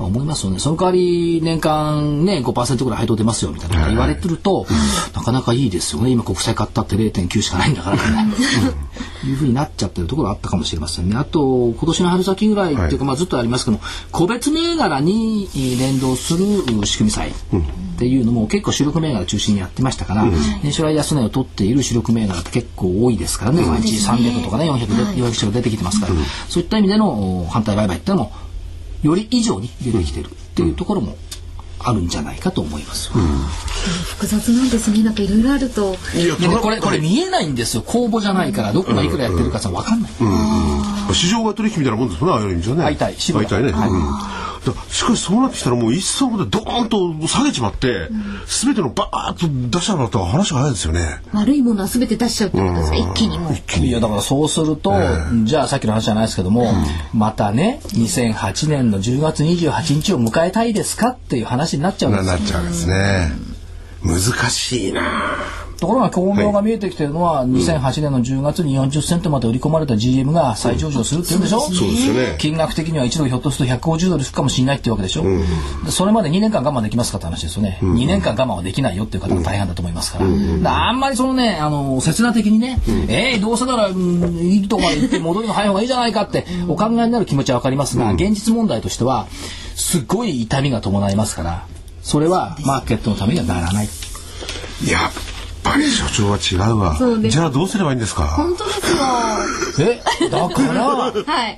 思いますよね。その代わり年間ね 5% ぐらい配当出ますよみたいな言われてると、なかなかいいですよね。今国債買ったって 0.9 しかないんだからねいうふうになっちゃってるところあったかもしれませんね。あと今年の春先ぐらいっていうか、ずっとありますけど個別銘柄に連動する仕組み債っていうのも結構主力銘柄中心にやってましたから、年初来安値を取っている主力銘柄って結構多いですからね。毎日300とかね400近く出てきてますから、そういった意味での反対売買ってのもより以上に出てきてるっていうところもあるんじゃないかと思います。 複雑なんですね。なんかいろいろあると。 これ見えないんですよ。公募じゃないからどこがいくらやってるかさ分かんない。 市場が取引みたいなもんですもんね。ああいう意味じゃね。 相対ね。 しかしそうなってきたらもう一層でドーンと下げちまって、全てのバーッと出しちゃうのと話が早いですよね。 悪いものは全て出しちゃうってことですか、一気にも。 いやだからそうすると、じゃあさっきの話じゃないですけども、またね2008年の10月28日を迎えたいですかっていう話になっちゃうんですよ。 なっちゃうんですね。難しいな。 ところが巧妙が見えてきてるのは、2008年の10月に40セントまで売り込まれた GM が再上場するって言うんでしょ。 そうですよね。 金額的には一度ひょっとすると150ドルするかもしれないっていうわけでしょ。それまで2年間我慢できますかって話ですよね。2年間我慢はできないよっていう方が大半だと思いますから。あんまりそのね切な的にね、どうせならいいとこまで行って戻りの早い方がいいじゃないかってお考えになる気持ちは分かりますが、現実問題としてはすごい痛みが伴いますから、それはマーケットのためにはならない。 やっぱり所長は違うわ。じゃあどうすればいいんですか。 本当ですよ。 だからはい、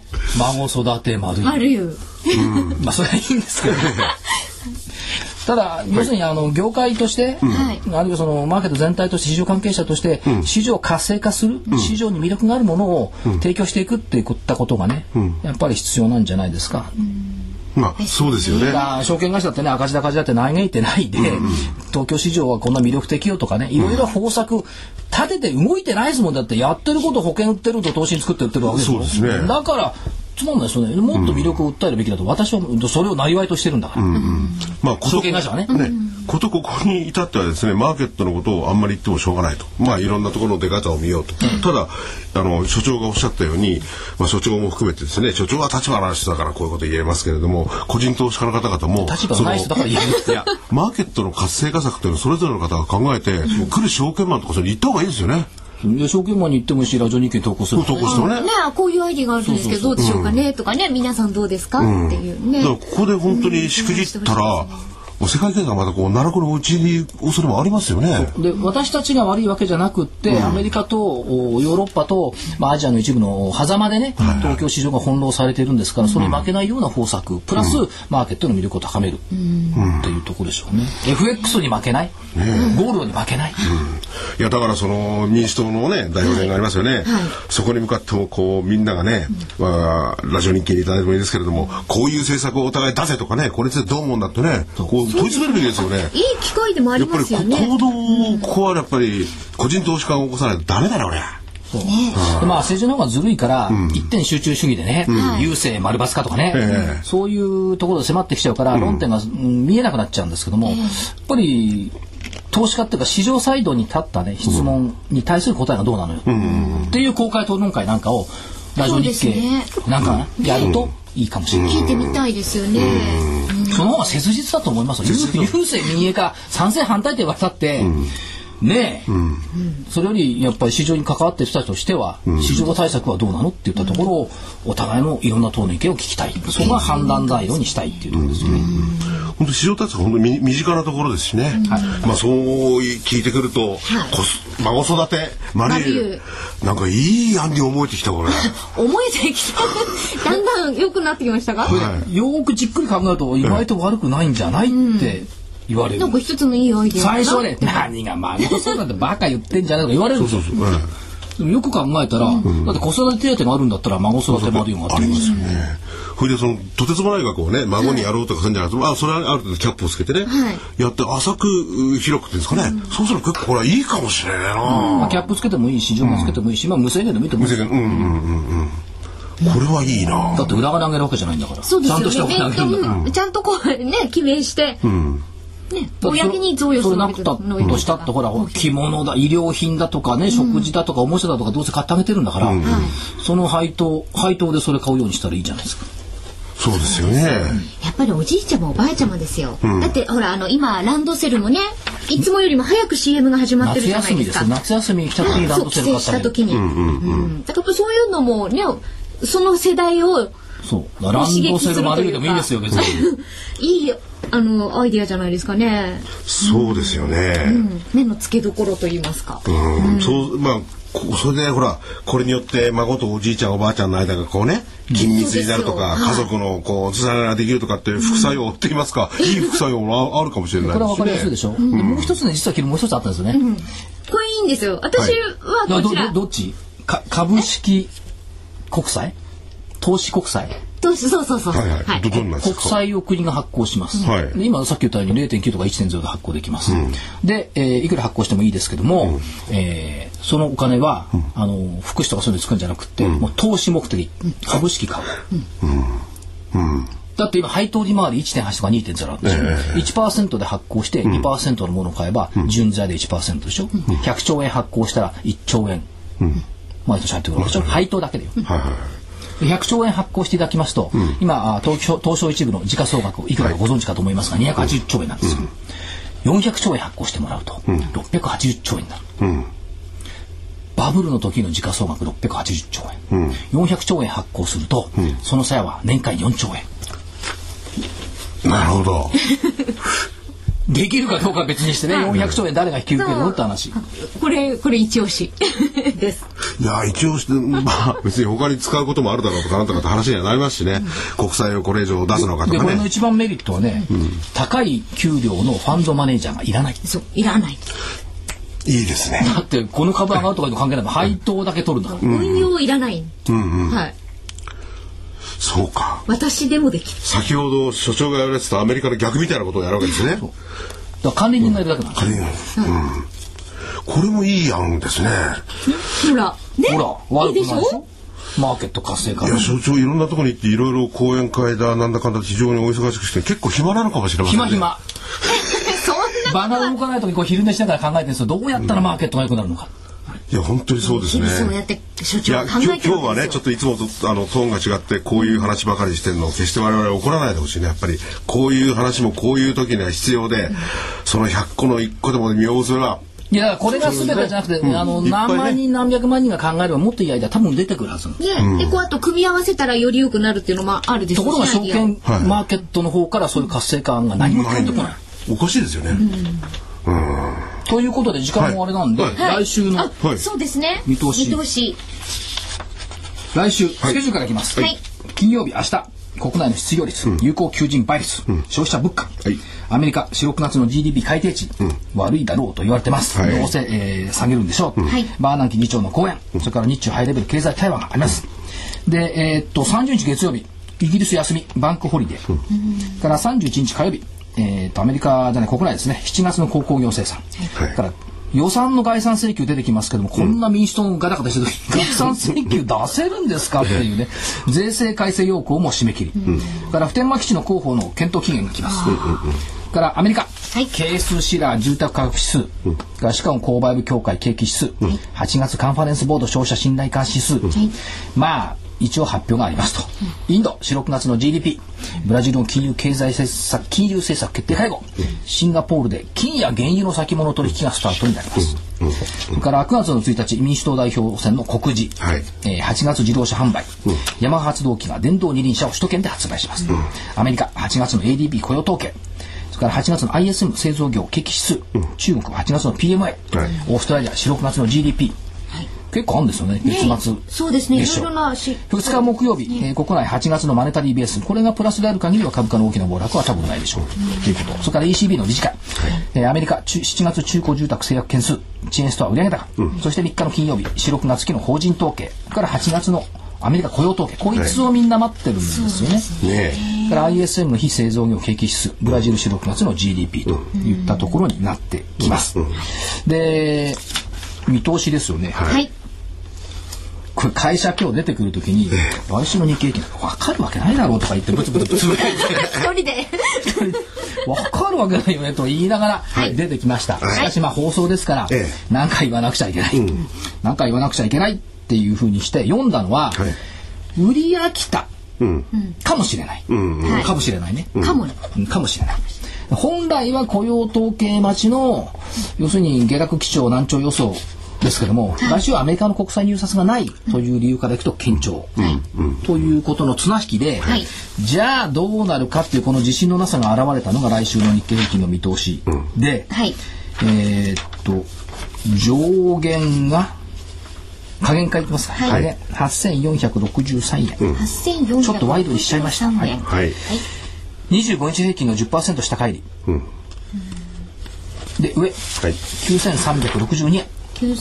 孫育て丸い。まあそれはいいんですけどただ要するに業界として、あるいはそのマーケット全体として市場関係者として、市場を活性化する、市場に魅力があるものを提供していくっていったことがね、やっぱり必要なんじゃないですか。 まあそうですよね。 証券会社だってね赤字だって嘆いてないで、東京市場はこんな魅力的よとかね、いろいろ方策立てて動いてないですもん。だってやってること保険売ってると投資に作って売ってるわけですよ。 そうですね。 だからつまんないですよね。もっと魅力を訴えるべきだと私はそれを生業としてるんだから。まあ証券会社はね。 ことここに至ってはですね、マーケットのことをあんまり言ってもしょうがないと。まあいろんなところの出方を見ようと。ただ所長がおっしゃったように、所長も含めてですね、所長は立場のある人だからこういうこと言えますけれども、個人投資家の方々も立場のない人だから言えるって。 マーケットの活性化策っていうのをそれぞれの方が考えて、来る証券マンとかそれに言った方がいいですよね。 証券マンに行ってもいいし、ラジオ日経に投稿する投稿してもね。 こういうアイディアがあるんですけどどうでしょうかねとかね、皆さんどうですかっていうね。 だからここで本当にしくじったら。世界経済がまたこう奈落のうちに恐れもありますよね。 で私たちが悪いわけじゃなくって、アメリカとヨーロッパと、アジアの一部の狭間でね、東京市場が翻弄されているんですから、それに負けないような方策プラス、マーケットの魅力を高めるっていうところでしょうね。FX に負けない、ゴールドに負けない。 いやだからその民主党のね代表選がありますよね。そこに向かってもこうみんながね、ラジオ日経にいただいてもいいですけれども、こういう政策をお互い出せとかね、これについてどう思うんだってね、こう問い詰めるべきですよね。 いい機会でもありますよね。 やっぱり行動をここはやっぱり個人投資家を起こさないとダメだな俺。 政治の方がずるいから、一点集中主義でね、郵政丸抜かとかね、そういうところで迫ってきちゃうから、論点が、見えなくなっちゃうんですけども、やっぱり投資家っていうか市場サイドに立ったね質問に対する答えがどうなのよっていう公開討論会なんかをラジオ日経なんかやるといいかもしれない。 聞いてみたいですよね。 その方が切実だと思いますよ。郵政民営化賛成反対って言われたってねえ、それよりやっぱり市場に関わっている人たちとしては、市場対策はどうなのっていったところをお互いのいろんな党の意見を聞きたい、そこが判断材料にしたいっていうところですよね。 本当市場対策は本当に身近なところですしね、そう聞いてくると、孫育てマリエルなんかいい案に思えてきたこれ思えてきただんだん良くなってきましたか。 よーくじっくり考えると意外と悪くないんじゃないって言われる。 なんか一つのいいアイデア。 最初ね、何が孫育てってバカ言ってんじゃないとか言われるんですよ。でもよく考えたら、だって子育て手当があるんだったら孫育てもあるようになってるんですよね。 それでそのとてつもない額をね孫にやろうとかするんじゃなくて、それはある程度キャップをつけてね、やって浅く広くっていうんですかね、そうすると結構これはいいかもしれないな。 キャップつけてもいいし、市場もつけてもいいし、無制限でもいいと思うんですよ。 これはいいな。 だって裏金あげるわけじゃないんだから。 そうですよね。 ちゃんとしたお金あげるんだから。 ちゃんとこうね記名して。公に贈与するわけだとしたってほら着物だ、医療品だとかね、食事だとかおもちゃだとかどうせ買ってあげてるんだから、その配当でそれ買うようにしたらいいじゃないですか。 そうですよね。 やっぱりおじいちゃまおばあちゃまですよ。だってほら今ランドセルもね、いつもよりも早く CM が始まってるじゃないですか。 夏休みに来た時にランドセル買ったした時に。だからそういうのもね、その世代をそうランドセルまででもいいですよ別に。 いいアイディアじゃないですかね。 そうですよね。 目の付けどころと言いますか。 そうまあそれでほらこれによって孫とおじいちゃんおばあちゃんの間がこうね緊密になるとか、家族のこうつながりができるとかって副作用って言いますか、いい副作用があるかもしれないですね。 これは分かりやすいでしょ。もう一つね実はもう一つあったんですよね。 これいいんですよ。私はこちら。 どっち？株式国債？投資国債？ そう。 国債を国が発行します。今さっき言ったように 0.9 とか 1.0 で発行できます。で、いくら発行してもいいですけども、そのお金は福祉とかそういうの使うんじゃなくて、もう投資目的、株式買う。だって今配当利回り 1.8 とか 2.0 あるでしょ。1% で発行して 2% のものを買えば純財で 1% でしょ。100兆円発行したら1兆円毎年入ってくるわけでしょ。配当だけでよ。100兆円発行していただきますと、今東証一部の時価総額をいくらかご存知かと思いますが280兆円なんですよ。400兆円発行してもらうと680兆円になる。バブルの時の時価総額680兆円、400兆円発行すると、その際は年間4兆円。 なるほど。 できるかどうかは別にしてね、400兆円誰が引き受けるのって話。 これ一押しです。 いや一押しで、まあ別に他に使うこともあるだろうとかなんとかって話にはなりますしね。国債をこれ以上出すのかとかね。 でこれの一番メリットはね、高い給料のファンドマネージャーがいらない。 そういらない。 いいですね。 だってこの株上がるとかいうの関係ないの、配当だけ取るんだから。 運用いらない。はい。 そうか。 私でもできる。 先ほど所長が言われてたアメリカの逆みたいなことをやるわけですね。 だから管理人がいるだけなんですよ。 これもいい案ですね。 ほら悪くないでしょ。マーケット活性化。 いや所長いろんなところに行っていろいろ講演会だなんだかんだ非常にお忙しくして結構暇なのかもしれませんね。 暇。場が動かないとき昼寝しながら考えてるんですよ。どうやったらマーケットが良くなるのか。 いや本当にそうですね。 そうやって所長考えてるんですよ。 今日はねちょっといつもとトーンが違ってこういう話ばかりしてるのを決して我々怒らないでほしいね。やっぱりこういう話もこういう時には必要で、その100個の1個でも見応せは。 いやこれが全てじゃなくて、何万人何百万人が考えればもっといいアイデア多分出てくるはず。 でこうあと組み合わせたらより良くなるっていうのもあるでしょう。 ところが証券マーケットの方からそういう活性化案が何も返ってこない。 おかしいですよね。 ということで時間もあれなんで、来週のそうですね見通し来週スケジュールからいきます。金曜日明日国内の失業率、有効求人倍率、消費者物価、アメリカ4、6月の GDP 改定値、悪いだろうと言われてます。どうせ、下げるんでしょう。バーナンキ議長の講演、それから日中ハイレベル経済対話があります。で、30日月曜日イギリス休みバンクホリデー、から31日火曜日、アメリカじゃない国内ですね7月の鉱工業生産、から予算の概算請求出てきますけども、こんな民主党のガタガタしてる時に概算請求出せるんですかっていうね、税制改正要項も締め切り、から普天間基地の広報の検討期限が来ます。からアメリカ、ケースシラー住宅価格指数、からシカゴ購買部協会景気指数、8月カンファレンスボード消費者信頼感指数、まあ一応発表がありますと。インド4、6月の GDP、ブラジルの金融政策決定会合、シンガポールで金や原油の先物取引がスタートになります。それから9月の1日民主党代表選の告示、8月自動車販売、ヤマハ発動機が電動二輪車を首都圏で発売します。アメリカ8月の ADP 雇用統計、それから8月の ISM 製造業景気指数、中国8月の PMI、オーストラリア4、6月の GDP、結構あるんですよね。月末。 そうですね。いろいろな 2日木曜日、国内8月のマネタリーベース、これがプラスである限りは株価の大きな暴落は多分ないでしょうということ。それから ECB の理事会、アメリカ7月中古住宅制約件数、チェーンストア売上高、そして3日の金曜日4、6月期の法人統計、から8月のアメリカ雇用統計、こいつをみんな待ってるんですよね。から ISM の非製造業景気指数、ブラジル4、6月の GDP といったところになってきます。で、見通しですよね。これ会社今日出てくるときに、来週の日経平均なんか分かるわけないだろうとか言ってブツブツブツブツ一人で分かるわけないよねと言いながら出てきました。しかしまあ放送ですから何か言わなくちゃいけない、何か言わなくちゃいけないっていうふうにして読んだのは、売り飽きたかもしれない、かもしれないね、かもしれない。本来は雇用統計待ちの要するに下落基調難聴予想ですけども、来週はアメリカの国債入札がないという理由からいくと堅調、ということの綱引きで、じゃあどうなるかっていうこの自信のなさが現れたのが来週の日経平均の見通しで、上限が下限からいきますか、8463円、ちょっとワイドにしちゃいました。25日平均の 10% 下返り、で上、9362円、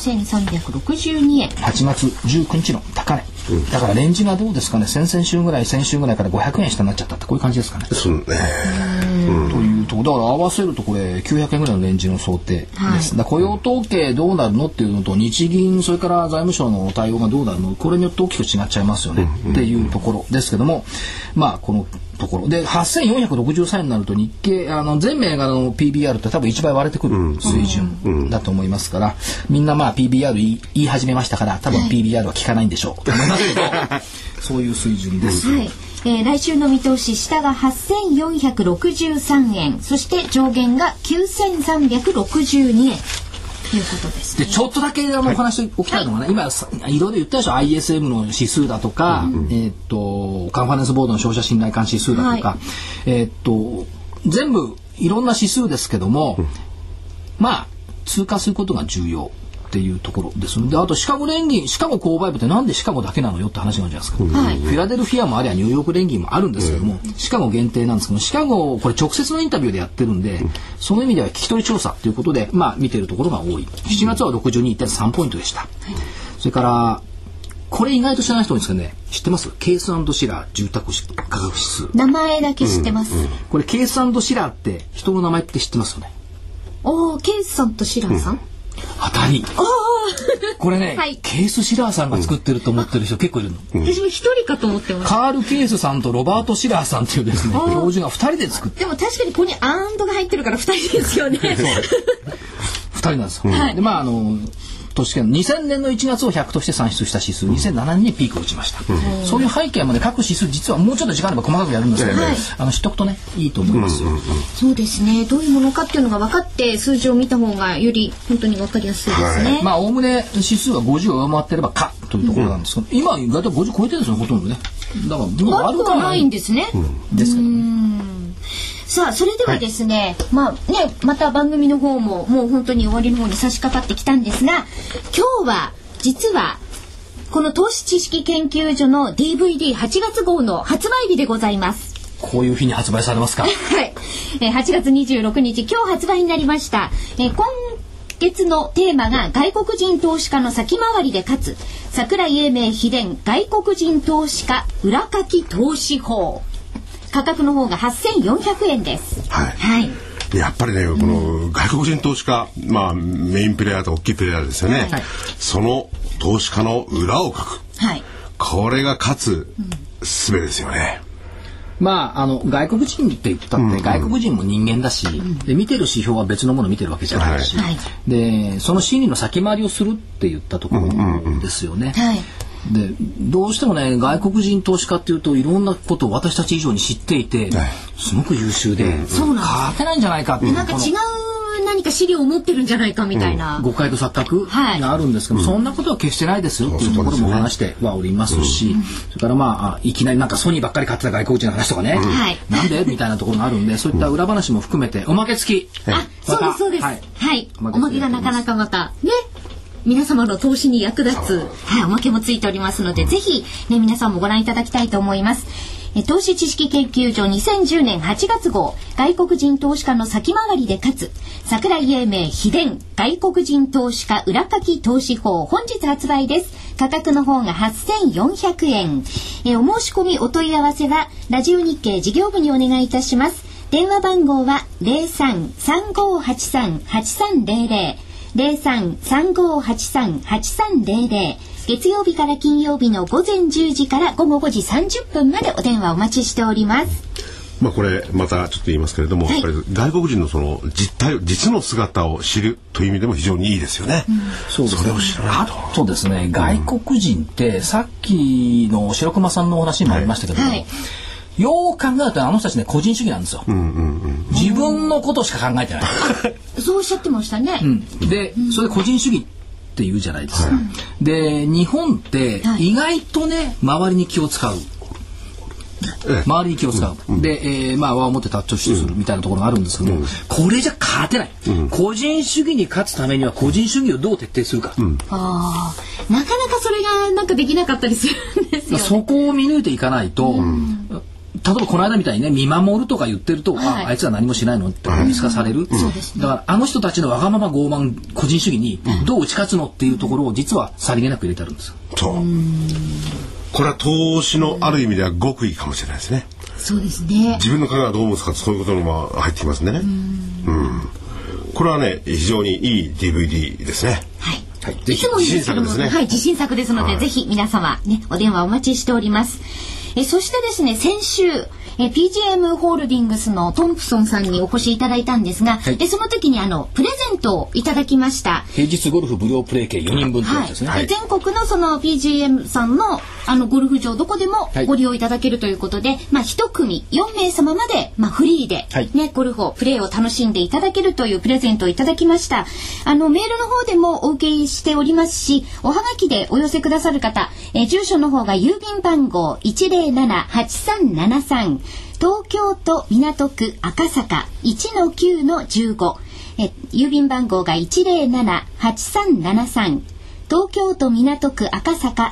9362円、 8月19日の高値、だからレンジがどうですかね、先週ぐらいから500円下になっちゃったってこういう感じですかね。というと、だから合わせるとこれ900円ぐらいのレンジの想定です。だ雇用統計どうなるのっていうのと日銀それから財務省の対応がどうなるの、これによって大きく違っちゃいますよね、っていうところですけども、このところで8463円になると日経全銘柄の PBR って多分1倍割れてくる水準だと思いますから、みんなPBR 言い始めましたから多分 PBR は効かないんでしょうと思いますけど、そういう水準です。 来週の見通し、下が8463円、そして上限が9362円ということですね。 でちょっとだけお話しておきたいのがね、今いろいろ言ったでしょ、 ISM の指数だとか、カンファレンスボードの消費者信頼感指数だとか、全部いろんな指数ですけども、通過することが重要っていうところですので、あとシカゴ連銀、シカゴ購買部ってなんでシカゴだけなのよって話なんじゃないですか、フィラデルフィアもありゃニューヨーク連銀もあるんですけども、シカゴ限定なんですけど、シカゴこれ直接のインタビューでやってるんで、その意味では聞き取り調査ということで見てるところが多い。7月は 62.3 ポイントでした、それからこれ意外と知らない人多いんですけどね、知ってます？ケース&シラー住宅価格指数。 名前だけ知ってます、 これケース&シラーって人の名前って知ってますよね。 ケースさんとシラーさん、 当たり。これね、ケース・シラーさんが作ってると思ってる人結構いるの。 私も一人かと思ってます。 カール・ケースさんとロバート・シラーさんっていうですね、教授が2人で作って。 でも確かにここにアンドが入ってるから2人ですよね。2 人なんですよ。で2000年の1月を100として算出した指数、2007年にピークを打ちました。そういう背景まで各指数実はもうちょっと時間あれば細かくやるんですけど、知っとくとねいいと思いますよ。 そうですね、どういうものかっていうのが分かって数字を見た方がより本当に分かりやすいですね。 おおむね指数が50を上回ってればかというところなんですけど、今意外と50超えてるんですよほとんどね。だから悪くはないんですね。 ですからね。 さあそれではですね、また番組の方ももう本当に終わりの方に差し掛かってきたんですが、今日は実はこの投資知識研究所の DVD8 月号の発売日でございます。 こういう日に発売されますか。 はい、8月26日今日発売になりました。今月のテーマが外国人投資家の先回りで勝つ櫻井英明秘伝外国人投資家裏書き投資法、価格の方が8400円です。 やっぱりね、この外国人投資家、メインプレイヤーと大きいプレイヤーですよね、その投資家の裏を書く、これが勝つ術ですよね。 外国人って言ったって、外国人も人間だし、で見てる指標は別のものを見てるわけじゃないし、でその心理の先回りをするって言ったところですよね。でどうしてもね、外国人投資家っていうといろんなことを私たち以上に知っていて、すごく優秀で、勝てないんじゃないかっていう、 なんか違う何か資料を持ってるんじゃないかみたいな、 誤解と錯覚があるんですけど、そんなことは決してないですよっていうところも話してはおりますし、それからいきなりなんかソニーばっかり買ってた外国人の話とかね、なんでみたいなところがあるんで、そういった裏話も含めておまけ付き、 そうです、おまけがなかなかまたね、皆様の投資に役立つ、おまけもついておりますので、ぜひ、皆さんもご覧いただきたいと思います。投資知識研究所2010年8月号、外国人投資家の先回りで勝つ櫻井英明秘伝外国人投資家裏書き投資法、本日発売です。価格の方が8400円。お申し込みお問い合わせはラジオ日経事業部にお願いいたします。電話番号は 03-3583-8300 03-3583-8300、月曜日から金曜日の午前10時から午後5時30分までお電話お待ちしております。 これまたちょっと言いますけれども、やっぱり外国人のその実の姿を知るという意味でも非常にいいですよね。 そうですね。 それを知らないと。 あとですね、外国人ってさっきの白熊さんのお話にもありましたけども、よーく考えるとあの人たちね個人主義なんですよ。自分のことしか考えてない。 そうおっしゃってましたね。 で、それで個人主義って言うじゃないですか。で、日本って意外とね周りに気を使う。周りに気を使う。で、輪を持ってタッチをするみたいなところがあるんですけども、これじゃ勝てない。個人主義に勝つためには個人主義をどう徹底するか。 なかなかそれがなんかできなかったりするんですよね。 そこを見抜いていかないと、例えばこの間みたいにね見守るとか言ってると、あいつは何もしないのって見透かされる。だからあの人たちのわがまま傲慢個人主義にどう打ち勝つのっていうところを実はさりげなく入れてあるんですよ。 これは投資のある意味では極意かもしれないですね。 そうですね。 自分の考えがどう持つかそういうことも入ってきますね。これはね非常にいい DVD ですね。 はい。ぜひ自信作ですね。はい、自信作ですので、ぜひ皆様ねお電話お待ちしております。そしてですね先週PGM ホールディングスのトンプソンさんにお越しいただいたんですが、その時にプレゼントをいただきました。 平日ゴルフ無料プレイ券4人分というやつですね。 全国のその PGM さんのゴルフ場どこでもご利用いただけるということで、一組4名様までフリーでねゴルフをプレイを楽しんでいただけるというプレゼントをいただきました。メールの方でもお受けしておりますし、おはがきでお寄せくださる方、住所の方が郵便番号 107-8373東京都港区赤坂 1-9-15、郵便番号が 107-8373 東京都港区赤坂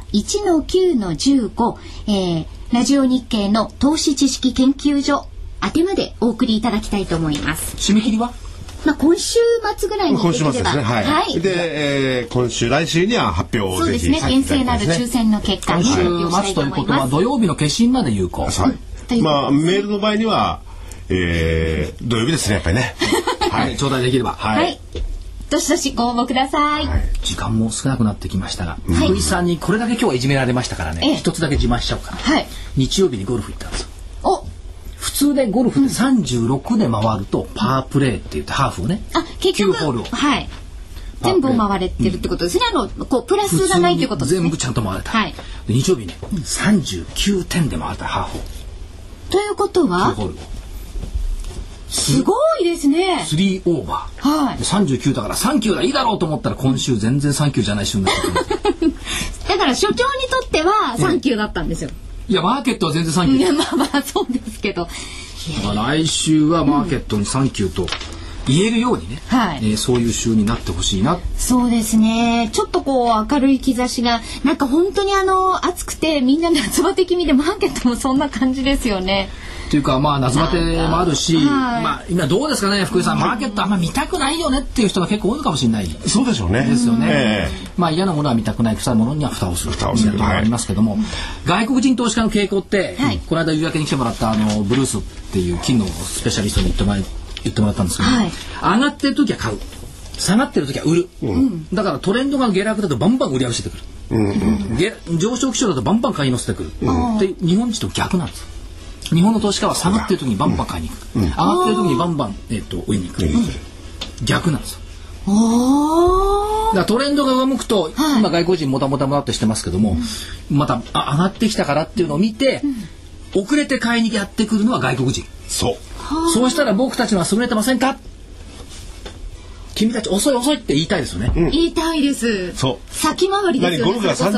1-9-15、ラジオ日経の投資知識研究所宛てまでお送りいただきたいと思います。 締め切りは今週末ぐらいにできれば、 今週末ですね。はい。で、来週には発表をそうですね。厳正なる抽選の結果今週末ということは土曜日の決心まで有効。 メールの場合には、土曜日ですねやっぱりね。 頂戴できれば。 はい。どしどしご応募ください。 時間も少なくなってきましたが、福井さんにこれだけ今日はいじめられましたからね、一つだけ自慢しちゃおうかな。日曜日にゴルフ行ったんですよ。普通でゴルフで36で回るとパープレーって言ってハーフをね、 結局 9ホールを全部回れてるってことですね。プラスがないってことですね。 全部ちゃんと回れた。日曜日ね、39点で回れたハーフを。 ということは 9ホールすごいですね。 3オーバー。39だから3球がいいだろうと思ったら今週全然3球じゃない週になってだから所長にとっては3球だったんですよ。 いやマーケットは全然3球。 いやそうですけど。 来週はマーケットに3球と言えるようにね、そういう週になってほしいな。 そうですね。ちょっと明るい兆しがなんか本当に暑くてみんな夏バテ気味でマーケットもそんな感じですよね。 というか夏バテもあるし、今どうですかね福井さん、マーケットあんま見たくないよねっていう人が結構多いのかもしれない。 そうでしょうね。 ですよね。嫌なものは見たくない、臭いものには蓋をするみたいなところがありますけども、外国人投資家の傾向って、この間夕焼けに来てもらったブルースっていう金のスペシャリストに言ってもらったんですけど、上がってる時は買う、下がってる時は売る、だからトレンドが下落だとバンバン売り上げしてくる、上昇基調だとバンバン買い乗せてくる、で日本人と逆なんです。日本の投資家は下がってる時にバンバン買いに行く、上がってる時にバンバン、売りに行く、逆なんですよ。だからトレンドが上向くと、今外国人もたもたってしてますけども、また上がってきたからっていうのを見て、遅れて買いにやってくるのは外国人。そうしたら僕たちは優れてませんか、君たち遅いって言いたいですよね。 言いたいです。先回りですよね。 ゴルフが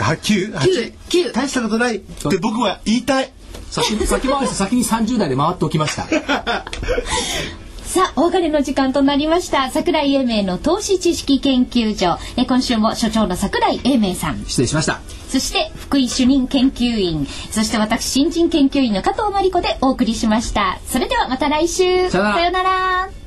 38、大したことないって僕は言いたい。 先回りして先に30代で回っておきました。 さあお別れの時間となりました。櫻井英明の投資知識研究所、今週も所長の櫻井英明さん、 失礼しました。 そして福井主任研究員、そして私新人研究員の加藤真理子でお送りしました。それではまた来週。 さよなら。 さよなら。